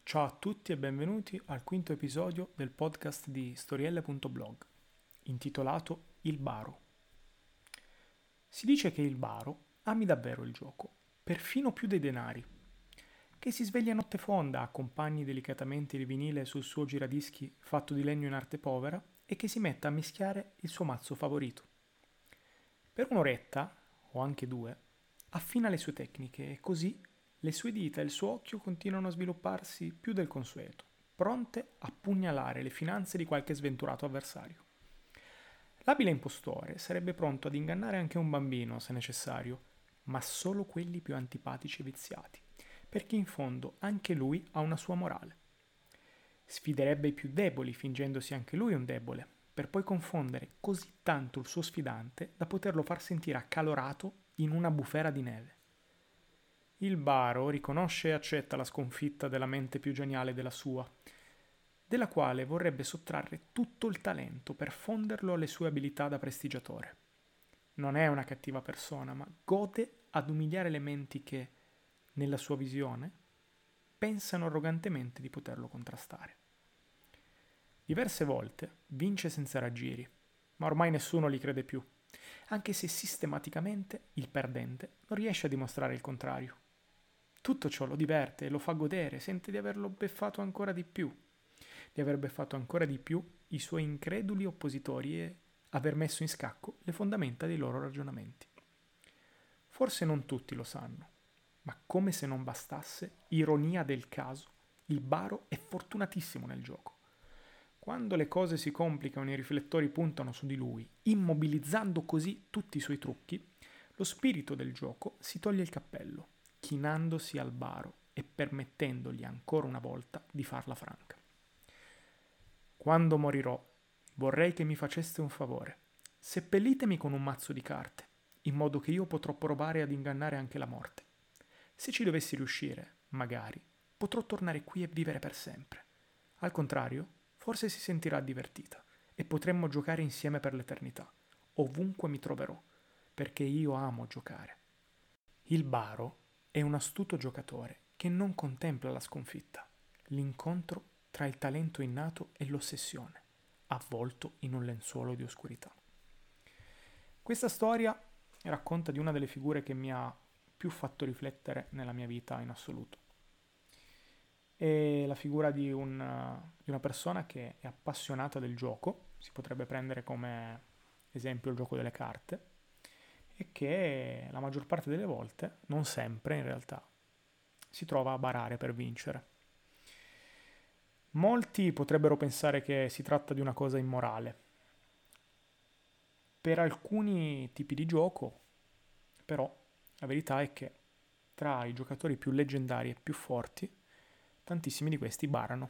Ciao a tutti e benvenuti al quinto episodio del podcast di storielle.blog, intitolato Il Baro. Si dice che il baro ami davvero il gioco, perfino più dei denari, che si sveglia a notte fonda, accompagni delicatamente il vinile sul suo giradischi fatto di legno in arte povera e che si metta a mischiare il suo mazzo favorito. Per un'oretta, o anche due, affina le sue tecniche e così le sue dita e il suo occhio continuano a svilupparsi più del consueto, pronte a pugnalare le finanze di qualche sventurato avversario. L'abile impostore sarebbe pronto ad ingannare anche un bambino, se necessario, ma solo quelli più antipatici e viziati, perché in fondo anche lui ha una sua morale. Sfiderebbe i più deboli, fingendosi anche lui un debole, per poi confondere così tanto il suo sfidante da poterlo far sentire accalorato in una bufera di neve. Il baro riconosce e accetta la sconfitta della mente più geniale della sua, della quale vorrebbe sottrarre tutto il talento per fonderlo alle sue abilità da prestigiatore. Non è una cattiva persona, ma gode ad umiliare le menti che, nella sua visione, pensano arrogantemente di poterlo contrastare. Diverse volte vince senza raggiri, ma ormai nessuno gli crede più, anche se sistematicamente il perdente non riesce a dimostrare il contrario. Tutto ciò lo diverte e lo fa godere, sente di averlo beffato ancora di più, di aver beffato ancora di più i suoi increduli oppositori e aver messo in scacco le fondamenta dei loro ragionamenti. Forse non tutti lo sanno, ma come se non bastasse, ironia del caso, il baro è fortunatissimo nel gioco. Quando le cose si complicano e i riflettori puntano su di lui, immobilizzando così tutti i suoi trucchi, lo spirito del gioco si toglie il cappello, chinandosi al baro e permettendogli ancora una volta di farla franca. Quando morirò, vorrei che mi faceste un favore. Seppellitemi con un mazzo di carte, in modo che io potrò provare ad ingannare anche la morte. Se ci dovessi riuscire, magari, potrò tornare qui e vivere per sempre. Al contrario, forse si sentirà divertita e potremmo giocare insieme per l'eternità, ovunque mi troverò, perché io amo giocare. Il baro è un astuto giocatore che non contempla la sconfitta, l'incontro tra il talento innato e l'ossessione, avvolto in un lenzuolo di oscurità. Questa storia racconta di una delle figure che mi ha più fatto riflettere nella mia vita in assoluto. È la figura di una persona che è appassionata del gioco, si potrebbe prendere come esempio il gioco delle carte, e che la maggior parte delle volte, non sempre in realtà, si trova a barare per vincere. Molti potrebbero pensare che si tratta di una cosa immorale. Per alcuni tipi di gioco, però, la verità è che tra i giocatori più leggendari e più forti, tantissimi di questi barano.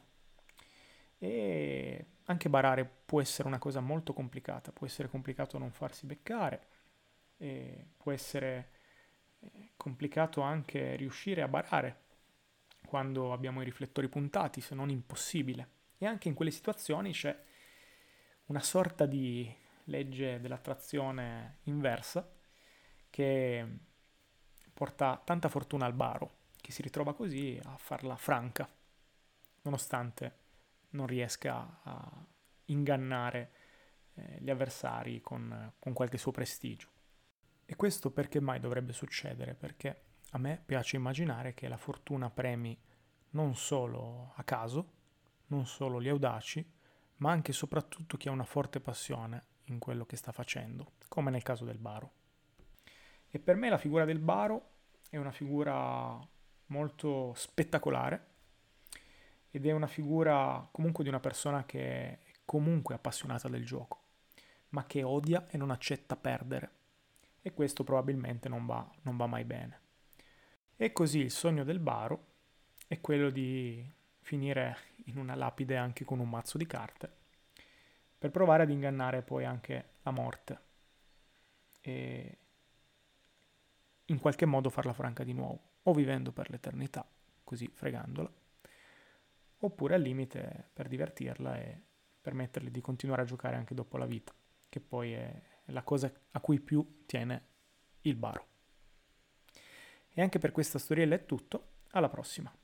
E anche barare può essere una cosa molto complicata, può essere complicato non farsi beccare, e può essere complicato anche riuscire a barare quando abbiamo i riflettori puntati, se non impossibile. E anche in quelle situazioni c'è una sorta di legge dell'attrazione inversa che porta tanta fortuna al baro, che si ritrova così a farla franca, nonostante non riesca a ingannare gli avversari con qualche suo prestigio. E questo perché mai dovrebbe succedere? Perché a me piace immaginare che la fortuna premi non solo a caso, non solo gli audaci, ma anche e soprattutto chi ha una forte passione in quello che sta facendo, come nel caso del baro. E per me la figura del baro è una figura molto spettacolare ed è una figura comunque di una persona che è comunque appassionata del gioco, ma che odia e non accetta perdere. E questo probabilmente non va mai bene. E così il sogno del baro è quello di finire in una lapide anche con un mazzo di carte, per provare ad ingannare poi anche la morte e in qualche modo farla franca di nuovo, o vivendo per l'eternità, così fregandola, oppure al limite per divertirla e permetterle di continuare a giocare anche dopo la vita, che poi è la cosa a cui più tiene il baro. E anche per questa storiella è tutto, alla prossima.